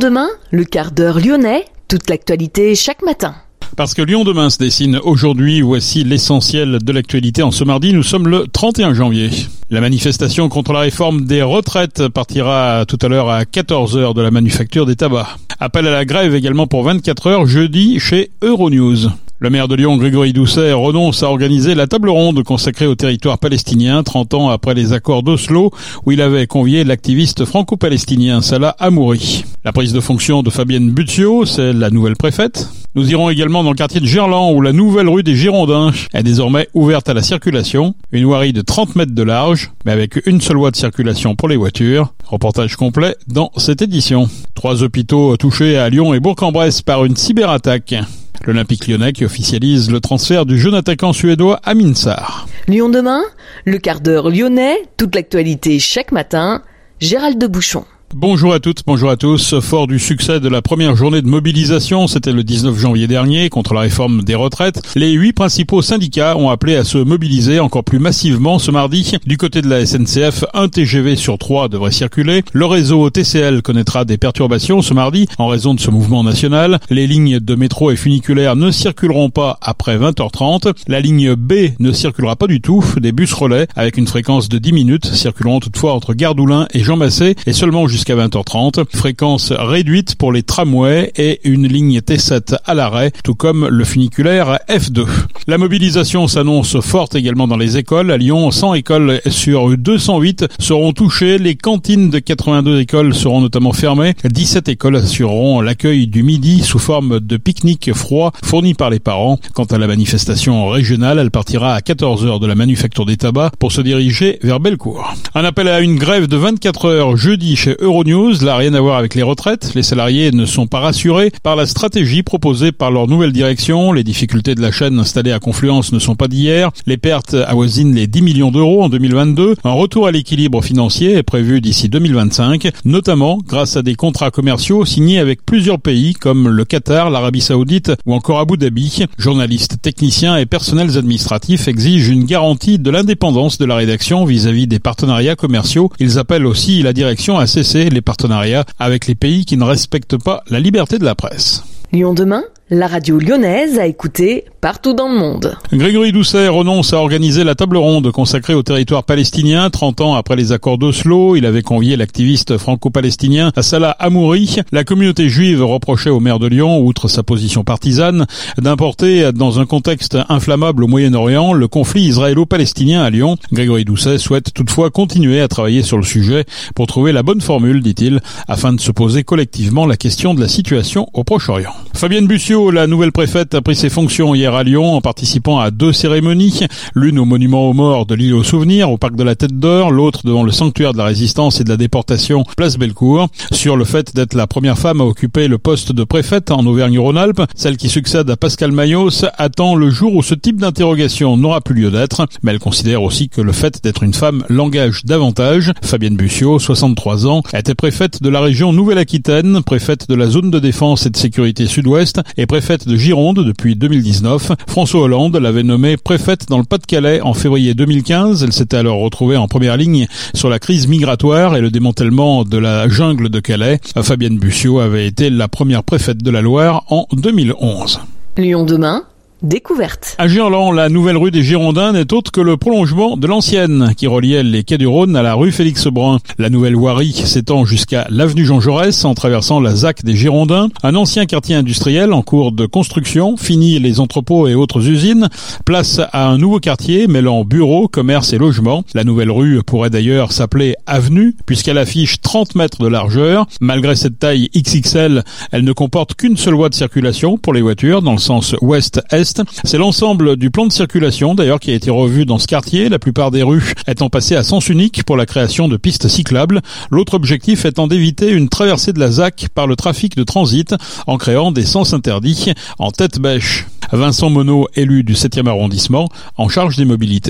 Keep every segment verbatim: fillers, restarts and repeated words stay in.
demain, le quart d'heure lyonnais, toute l'actualité chaque matin. Parce que Lyon demain se dessine aujourd'hui, voici l'essentiel de l'actualité. En ce mardi, nous sommes le trente et un janvier. La manifestation contre la réforme des retraites partira tout à l'heure à quatorze heures de la Manufacture des Tabacs. Appel à la grève également pour vingt-quatre heures jeudi chez Euronews. Le maire de Lyon, Grégory Doucet, renonce à organiser la table ronde consacrée au territoire palestinien, trente ans après les accords d'Oslo, où il avait convié l'activiste franco-palestinien Salah Hamouri. La prise de fonction de Fabienne Buzzio, c'est la nouvelle préfète. Nous irons également dans le quartier de Gerland, où la nouvelle rue des Girondins est désormais ouverte à la circulation. Une voirie de trente mètres de large, mais avec une seule voie de circulation pour les voitures. Reportage complet dans cette édition. Trois hôpitaux touchés à Lyon et Bourg-en-Bresse par une cyberattaque. L'Olympique lyonnais qui officialise le transfert du jeune attaquant suédois Amin Sarr. Lyon demain, le quart d'heure lyonnais, toute l'actualité chaque matin, Gérald de Bouchon. Bonjour à toutes, bonjour à tous. Fort du succès de la première journée de mobilisation, c'était le dix-neuf janvier dernier, contre la réforme des retraites, les huit principaux syndicats ont appelé à se mobiliser encore plus massivement ce mardi. Du côté de la S N C F, un T G V sur trois devrait circuler. Le réseau T C L connaîtra des perturbations ce mardi en raison de ce mouvement national. Les lignes de métro et funiculaires ne circuleront pas après vingt heures trente. La ligne B ne circulera pas du tout. Des bus relais avec une fréquence de dix minutes circuleront toutefois entre Gare d'Oulin et Jean Massé et seulement jusqu'à jusqu'à vingt heures trente. Fréquence réduite pour les tramways et une ligne T sept à l'arrêt, tout comme le funiculaire F deux. La mobilisation s'annonce forte également dans les écoles. À Lyon, cent écoles sur deux cent huit seront touchées. Les cantines de quatre-vingt-deux écoles seront notamment fermées. dix-sept écoles assureront l'accueil du midi sous forme de pique-nique froid fourni par les parents. Quant à la manifestation régionale, elle partira à quatorze heures de la Manufacture des Tabacs pour se diriger vers Bellecour. Un appel à une grève de vingt-quatre heures jeudi chez Euronews, là rien à voir avec les retraites. Les salariés ne sont pas rassurés par la stratégie proposée par leur nouvelle direction. Les difficultés de la chaîne installée à Confluence ne sont pas d'hier. Les pertes avoisinent les dix millions d'euros en deux mille vingt-deux. Un retour à l'équilibre financier est prévu d'ici deux mille vingt-cinq, notamment grâce à des contrats commerciaux signés avec plusieurs pays comme le Qatar, l'Arabie Saoudite ou encore Abu Dhabi. Journalistes, techniciens et personnels administratifs exigent une garantie de l'indépendance de la rédaction vis-à-vis des partenariats commerciaux. Ils appellent aussi la direction à cesser les partenariats avec les pays qui ne respectent pas la liberté de la presse. Lyon demain, la radio lyonnaise à écouter partout dans le monde. Grégory Doucet renonce à organiser la table ronde consacrée au territoire palestinien. trente ans après les accords d'Oslo, il avait convié l'activiste franco-palestinien Salah Hamouri. La communauté juive reprochait au maire de Lyon, outre sa position partisane, d'importer dans un contexte inflammable au Moyen-Orient le conflit israélo-palestinien à Lyon. Grégory Doucet souhaite toutefois continuer à travailler sur le sujet pour trouver la bonne formule, dit-il, afin de se poser collectivement la question de la situation au Proche-Orient. Fabienne Buzzio, la nouvelle préfète, a pris ses fonctions hier à Lyon en participant à deux cérémonies, l'une au monument aux morts de l'île aux souvenirs au parc de la Tête d'Or, l'autre devant le sanctuaire de la résistance et de la déportation place Bellecour. Sur le fait d'être la première femme à occuper le poste de préfète en Auvergne-Rhône-Alpes, celle qui succède à Pascal Mayos attend le jour où ce type d'interrogation n'aura plus lieu d'être, mais elle considère aussi que le fait d'être une femme l'engage davantage. Fabienne Buzzio, soixante-trois ans, était préfète de la région Nouvelle-Aquitaine, préfète de la zone de défense et de sécurité sud-ouest et préfète de Gironde depuis deux mille dix-neuf. François Hollande l'avait nommée préfète dans le Pas-de-Calais en février deux mille quinze. Elle s'était alors retrouvée en première ligne sur la crise migratoire et le démantèlement de la jungle de Calais. Fabienne Buzzio avait été la première préfète de la Loire en deux mille onze. Lyon demain, découverte. À Gerland, la nouvelle rue des Girondins n'est autre que le prolongement de l'ancienne qui reliait les quais du Rhône à la rue Félix-Brun. La nouvelle voirie s'étend jusqu'à l'avenue Jean Jaurès en traversant la Z A C des Girondins, un ancien quartier industriel en cours de construction, fini les entrepôts et autres usines, place à un nouveau quartier mêlant bureaux, commerce et logements. La nouvelle rue pourrait d'ailleurs s'appeler Avenue puisqu'elle affiche trente mètres de largeur. Malgré cette taille X X L, elle ne comporte qu'une seule voie de circulation pour les voitures dans le sens ouest-est. C'est l'ensemble du plan de circulation d'ailleurs qui a été revu dans ce quartier, la plupart des rues étant passées à sens unique pour la création de pistes cyclables. L'autre objectif étant d'éviter une traversée de la Z A C par le trafic de transit en créant des sens interdits en tête bêche. Vincent Monod, élu du septième arrondissement, en charge des mobilités.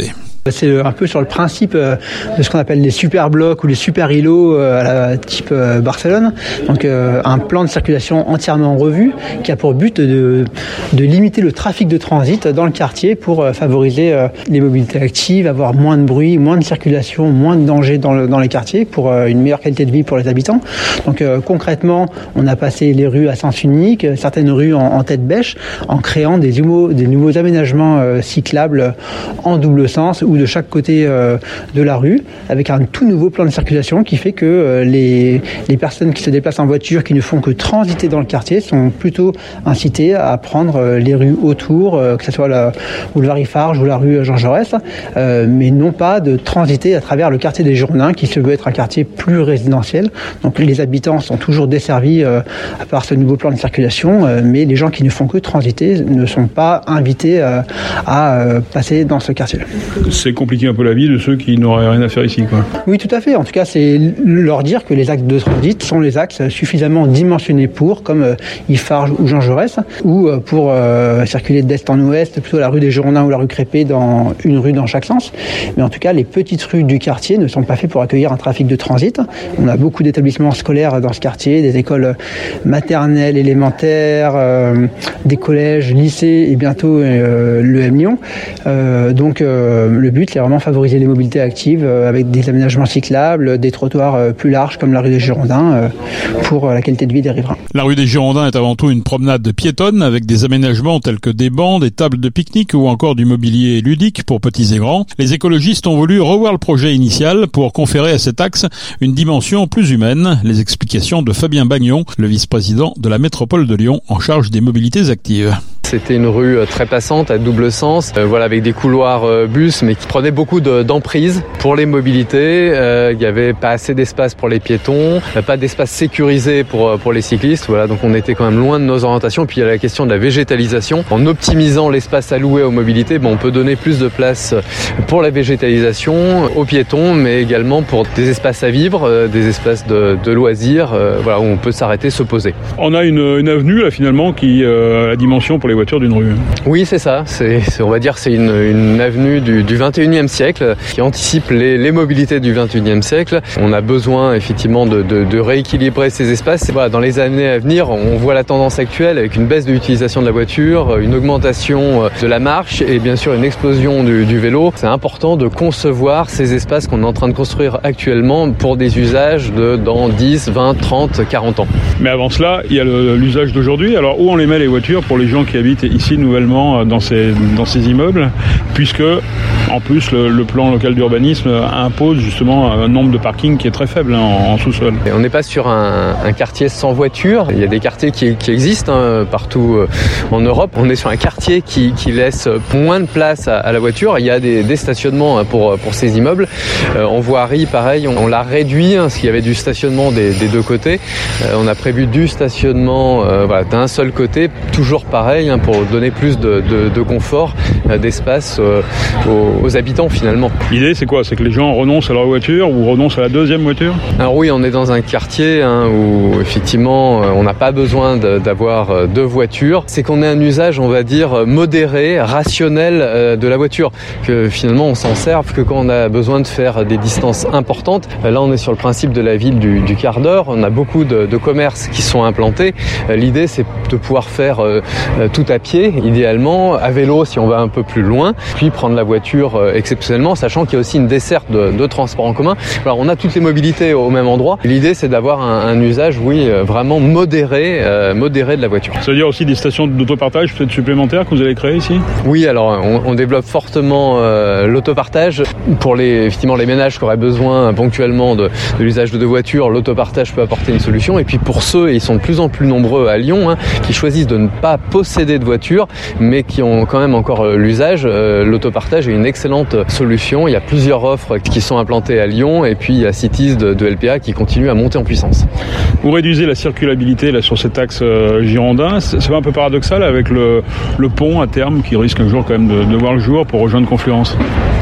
C'est un peu sur le principe de ce qu'on appelle les super blocs ou les super îlots à la type Barcelone. Donc un plan de circulation entièrement revu qui a pour but de, de limiter le trafic de transit dans le quartier pour favoriser les mobilités actives, avoir moins de bruit, moins de circulation, moins de danger dans, le, dans les quartiers pour une meilleure qualité de vie pour les habitants. Donc concrètement, on a passé les rues à sens unique, certaines rues en, en tête bêche, en créant des nouveaux, des nouveaux aménagements cyclables en double sens ou de chaque côté euh, de la rue, avec un tout nouveau plan de circulation qui fait que euh, les, les personnes qui se déplacent en voiture, qui ne font que transiter dans le quartier, sont plutôt incitées à prendre euh, les rues autour, euh, que ce soit la boulevard Eiffage ou la rue Jean Jaurès, euh, mais non pas de transiter à travers le quartier des Girondins, qui se veut être un quartier plus résidentiel. Donc les habitants sont toujours desservis euh, par ce nouveau plan de circulation, euh, mais les gens qui ne font que transiter ne sont pas invités euh, à euh, passer dans ce quartier. C'est compliquer un peu la vie de ceux qui n'auraient rien à faire ici, quoi. Oui, tout à fait. En tout cas, c'est leur dire que les axes de transit sont les axes suffisamment dimensionnés pour, comme euh, Eiffage ou Jean Jaurès, ou euh, pour euh, circuler d'est en ouest, plutôt la rue des Girondins ou la rue Crépé, dans une rue dans chaque sens. Mais en tout cas, les petites rues du quartier ne sont pas faites pour accueillir un trafic de transit. On a beaucoup d'établissements scolaires dans ce quartier, des écoles maternelles, élémentaires, euh, des collèges, lycées et bientôt euh, l'E M Lyon. Euh, donc, euh, le but, c'est vraiment favoriser les mobilités actives euh, avec des aménagements cyclables, des trottoirs euh, plus larges comme la rue des Girondins euh, pour euh, la qualité de vie des riverains. La rue des Girondins est avant tout une promenade piétonne avec des aménagements tels que des bancs, des tables de pique-nique ou encore du mobilier ludique pour petits et grands. Les écologistes ont voulu revoir le projet initial pour conférer à cet axe une dimension plus humaine. Les explications de Fabien Bagnon, le vice-président de la métropole de Lyon en charge des mobilités actives. C'était une rue très passante à double sens, euh, voilà, avec des couloirs euh, bus, mais qui prenaient beaucoup de, d'emprise pour les mobilités. Euh, il n'y avait pas assez d'espace pour les piétons, euh, pas d'espace sécurisé pour pour les cyclistes. Voilà, donc on était quand même loin de nos orientations. Puis il y a la question de la végétalisation. En optimisant l'espace alloué aux mobilités, bon, on peut donner plus de place pour la végétalisation, aux piétons, mais également pour des espaces à vivre, euh, des espaces de, de loisirs, euh, voilà, où on peut s'arrêter, se poser. On a une, une avenue là finalement qui euh, a la dimension pour les voitures d'une rue. Oui, c'est ça. C'est, c'est, on va dire, c'est une, une avenue du, du vingt et unième siècle qui anticipe les, les mobilités du vingt et unième siècle. On a besoin effectivement de, de, de rééquilibrer ces espaces. Et voilà, dans les années à venir, on voit la tendance actuelle avec une baisse de l'utilisation de la voiture, une augmentation de la marche et bien sûr une explosion du, du vélo. C'est important de concevoir ces espaces qu'on est en train de construire actuellement pour des usages de dans dix, vingt, trente, quarante ans. Mais avant cela, il y a le, l'usage d'aujourd'hui. Alors où on les met les voitures pour les gens qui habitent ici nouvellement dans ces, dans ces immeubles, puisque en plus le, le plan local d'urbanisme impose justement un nombre de parkings qui est très faible hein, en, en sous-sol. Et on n'est pas sur un, un quartier sans voiture. Il y a des quartiers qui, qui existent hein, partout en Europe. On est sur un quartier qui, qui laisse moins de place à, à la voiture. Il y a des, des stationnements pour, pour ces immeubles. Euh, en voirie, pareil, on, on l'a réduit, hein, parce qu'il y avait du stationnement des, des deux côtés. Euh, on a prévu du stationnement euh, voilà, d'un seul côté, toujours pareil, hein, pour donner plus de, de, de confort, euh, d'espace euh, aux, aux habitants finalement. L'idée c'est quoi? C'est que les gens renoncent à leur voiture ou renoncent à la deuxième voiture? Alors oui, on est dans un quartier hein, où effectivement on n'a pas besoin de, d'avoir deux voitures. C'est qu'on ait un usage, on va dire, modéré, rationnel euh, de la voiture. Que finalement on s'en serve que quand on a besoin de faire des distances importantes. Là on est sur le principe de la ville du, du quart d'heure. On a beaucoup de, de commerces qui sont implantés. Euh, l'idée c'est de pouvoir faire euh, tout à pied, idéalement, à vélo si on va un peu plus loin, puis prendre la voiture euh, exceptionnellement, sachant qu'il y a aussi une desserte de, de transport en commun. Alors on a toutes les mobilités au même endroit. L'idée c'est d'avoir un, un usage, oui, vraiment modéré, euh, modéré de la voiture. Ça veut dire aussi des stations d'autopartage peut-être supplémentaires que vous allez créer ici? Oui, alors on, on développe fortement euh, l'autopartage pour les, effectivement, les ménages qui auraient besoin ponctuellement de, de l'usage de deux voitures. L'autopartage peut apporter une solution. Et puis pour ceux, et ils sont de plus en plus nombreux à Lyon, hein, qui choisissent de ne pas posséder de voiture, mais qui ont quand même encore l'usage, euh, l'autopartage est une excellente solution. Il y a plusieurs offres qui sont implantées à Lyon, et puis il y a Cities de, de L P A qui continue à monter en puissance. Vous réduisez la circulabilité là sur cet axe euh, girondin. C'est, c'est pas un peu paradoxal avec le, le pont à terme qui risque un jour quand même de, de voir le jour pour rejoindre Confluence?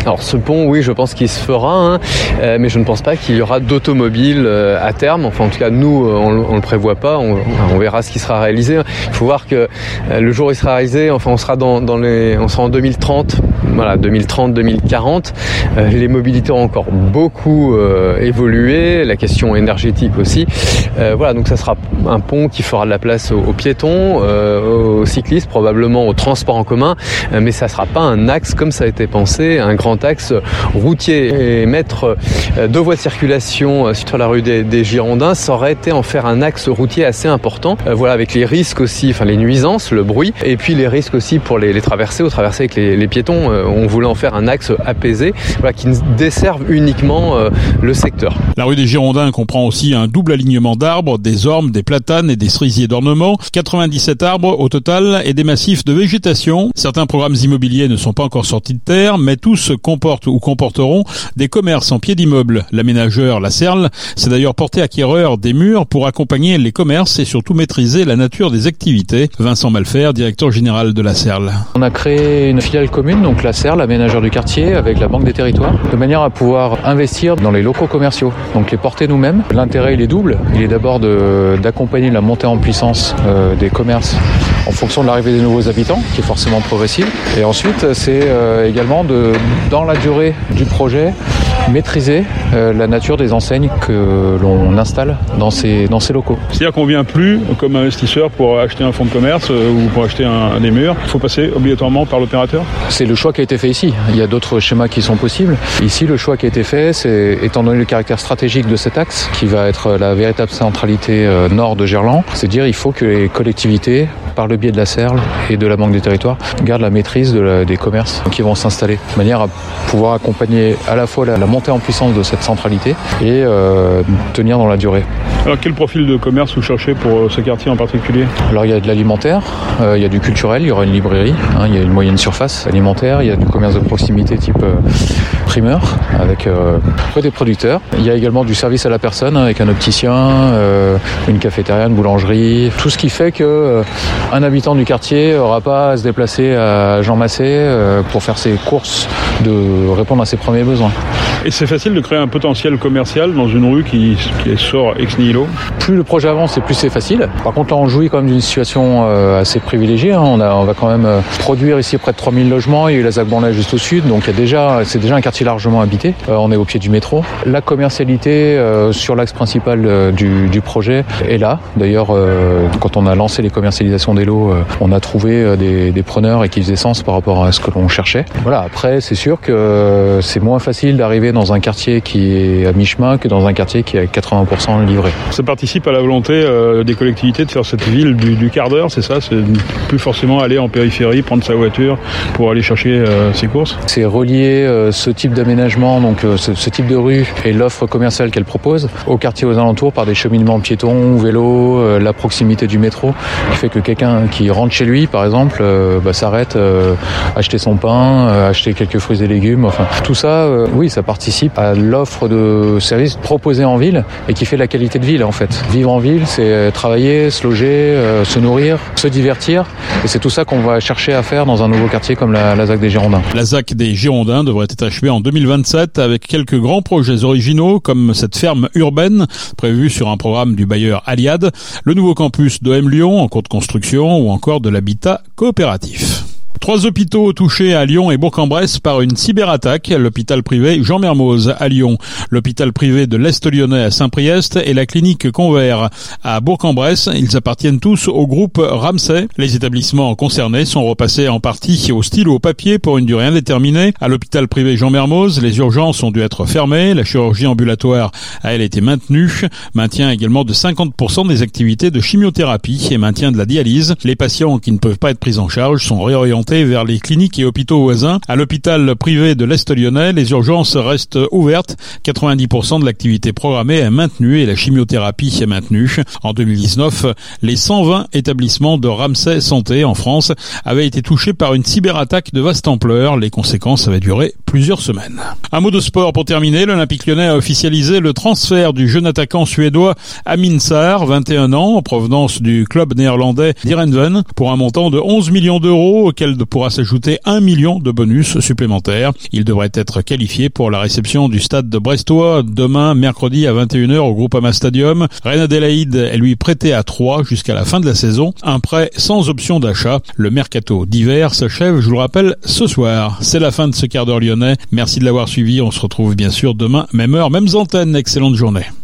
Alors ce pont, oui, je pense qu'il se fera, hein, euh, mais je ne pense pas qu'il y aura d'automobile euh, à terme. Enfin, en tout cas, nous, euh, on, on le prévoit pas. On, on verra ce qui sera réalisé. Il faut voir que euh, le jour où il sera réalisé, enfin, on sera dans, dans les, on sera en deux mille trente. Voilà, deux mille trente, deux mille quarante. Euh, les mobilités ont encore beaucoup euh, évolué. La question énergétique aussi. Euh, voilà, donc ça sera un pont qui fera de la place aux, aux piétons, euh, aux cyclistes, probablement aux transports en commun, euh, mais ça sera pas un axe comme ça a été pensé, un grand axe routier. Et mettre euh, deux voies de circulation euh, sur la rue des, des Girondins, ça aurait été en faire un axe routier assez important. Euh, voilà, avec les risques aussi, enfin les nuisances, le bruit, et puis les risques aussi pour les, les traversées, aux traversées avec les, les piétons. Euh, on voulait en faire un axe apaisé, voilà, qui desserve uniquement euh, le secteur. La rue des Girondins comprend aussi un double alignement d'arbres, des ormes, des platanes et des cerisiers d'ornement, quatre-vingt-dix-sept arbres au total et des massifs de végétation. Certains programmes immobiliers ne sont pas encore sortis de terre, mais tous comportent ou comporteront des commerces en pied d'immeuble. L'aménageur La Serle s'est d'ailleurs porté acquéreur des murs pour accompagner les commerces et surtout maîtriser la nature des activités. Vincent Malfer, directeur général de La Serle. On a créé une filiale commune, donc La Serle, aménageur du quartier, avec la Banque des Territoires, de manière à pouvoir investir dans les locaux commerciaux, donc les porter nous-mêmes. L'intérêt, il est double. Il est d'abord de, d'accompagner la montée en puissance euh, des commerces en fonction de l'arrivée des nouveaux habitants, qui est forcément progressive. Et ensuite, c'est euh, également de, dans la durée du projet, maîtriser euh, la nature des enseignes que l'on installe dans ces, dans ces locaux. C'est-à-dire qu'on ne vient plus comme investisseur pour acheter un fonds de commerce euh, ou pour acheter un, des murs. Il faut passer obligatoirement par l'opérateur ? C'est le choix qui a été fait ici. Il y a d'autres schémas qui sont possibles. Ici, le choix qui a été fait, c'est, étant donné le caractère stratégique de cet axe, qui va être la véritable centralité euh, nord de Gerland, c'est dire il faut que les collectivités, par le biais de la Serle et de la Banque des Territoires, gardent la maîtrise de la, des commerces qui vont s'installer, de manière à pouvoir accompagner à la fois la, la montée en puissance de cette centralité et euh, tenir dans la durée. Alors quel profil de commerce vous cherchez pour ce quartier en particulier ? Alors il y a de l'alimentaire, euh, il y a du culturel, il y aura une librairie, hein, il y a une moyenne surface alimentaire, il y a du commerce de proximité type euh, primeur avec euh, des producteurs. Il y a également du service à la personne avec un opticien, euh, une cafétéria, une boulangerie, tout ce qui fait que euh, un habitant du quartier n'aura pas à se déplacer à Jean Massé euh, pour faire ses courses, de répondre à ses premiers besoins. Et c'est facile de créer un potentiel commercial dans une rue qui, qui sort ex nihilo ? Plus le projet avance et plus c'est facile. Par contre là on jouit quand même d'une situation euh, assez privilégiée. Hein. On, a, on va quand même euh, produire ici près de trois mille logements. Il y a eu la Zac-Bornay juste au sud, donc il y a déjà, c'est déjà un quartier largement habité. Euh, on est au pied du métro. La commercialité euh, sur l'axe principal euh, du, du projet est là. D'ailleurs euh, quand on a lancé les commercialisations des lots, euh, on a trouvé euh, des, des preneurs et qui faisaient sens par rapport à ce que l'on cherchait. Voilà. Après c'est sûr que euh, c'est moins facile d'arriver dans un quartier qui est à mi-chemin que dans un quartier qui est à quatre-vingts pour cent livré. Ça participe à la volonté euh, des collectivités de faire cette ville du, du quart d'heure, c'est ça ? C'est plus forcément aller en périphérie, prendre sa voiture pour aller chercher euh, ses courses ? C'est relier euh, ce type d'aménagement, donc euh, ce, ce type de rue et l'offre commerciale qu'elle propose au quartier aux alentours par des cheminements piétons, vélos, euh, la proximité du métro, qui fait que quelqu'un qui rentre chez lui, par exemple, euh, bah, s'arrête, euh, acheter son pain, euh, acheter quelques fruits et légumes, enfin tout ça, euh, oui, ça participe à l'offre de services proposés en ville et qui fait la qualité de ville en fait. Vivre en ville, c'est travailler, se loger, euh, se nourrir, se divertir et c'est tout ça qu'on va chercher à faire dans un nouveau quartier comme la, la Zac des Girondins. La Zac des Girondins devrait être achevée en deux mille vingt-sept avec quelques grands projets originaux comme cette ferme urbaine prévue sur un programme du bailleur Aliade, le nouveau campus d'O M Lyon en cours de construction ou encore de l'habitat coopératif. Trois hôpitaux touchés à Lyon et Bourg-en-Bresse par une cyberattaque. L'hôpital privé Jean Mermoz à Lyon, l'hôpital privé de l'Est lyonnais à Saint-Priest et la clinique Convert à Bourg-en-Bresse. Ils appartiennent tous au groupe Ramsay. Les établissements concernés sont repassés en partie au stylo papier pour une durée indéterminée. À l'hôpital privé Jean Mermoz, les urgences ont dû être fermées. La chirurgie ambulatoire a elle été maintenue. Maintien également de cinquante pour cent des activités de chimiothérapie et maintien de la dialyse. Les patients qui ne peuvent pas être pris en charge sont réorientés vers les cliniques et hôpitaux voisins. À l'hôpital privé de l'Est lyonnais, les urgences restent ouvertes. quatre-vingt-dix pour cent de l'activité programmée est maintenue et la chimiothérapie est maintenue. En deux mille dix-neuf, les cent vingt établissements de Ramsay Santé en France avaient été touchés par une cyberattaque de vaste ampleur. Les conséquences avaient duré plusieurs semaines. Un mot de sport pour terminer. L'Olympique lyonnais a officialisé le transfert du jeune attaquant suédois Amin Sarr, vingt et un ans, en provenance du club néerlandais d'Heerenveen, pour un montant de onze millions d'euros auquel Stade pourra s'ajouter un million de bonus supplémentaires. Il devrait être qualifié pour la réception du Stade de Brestois demain, mercredi à vingt et une heures au Groupama Stadium. Reine Adélaïde est lui prêté à trois jusqu'à la fin de la saison. Un prêt sans option d'achat. Le mercato d'hiver s'achève, je vous le rappelle, ce soir. C'est la fin de ce quart d'heure lyonnais. Merci de l'avoir suivi. On se retrouve bien sûr demain, même heure, mêmes antennes. Excellente journée.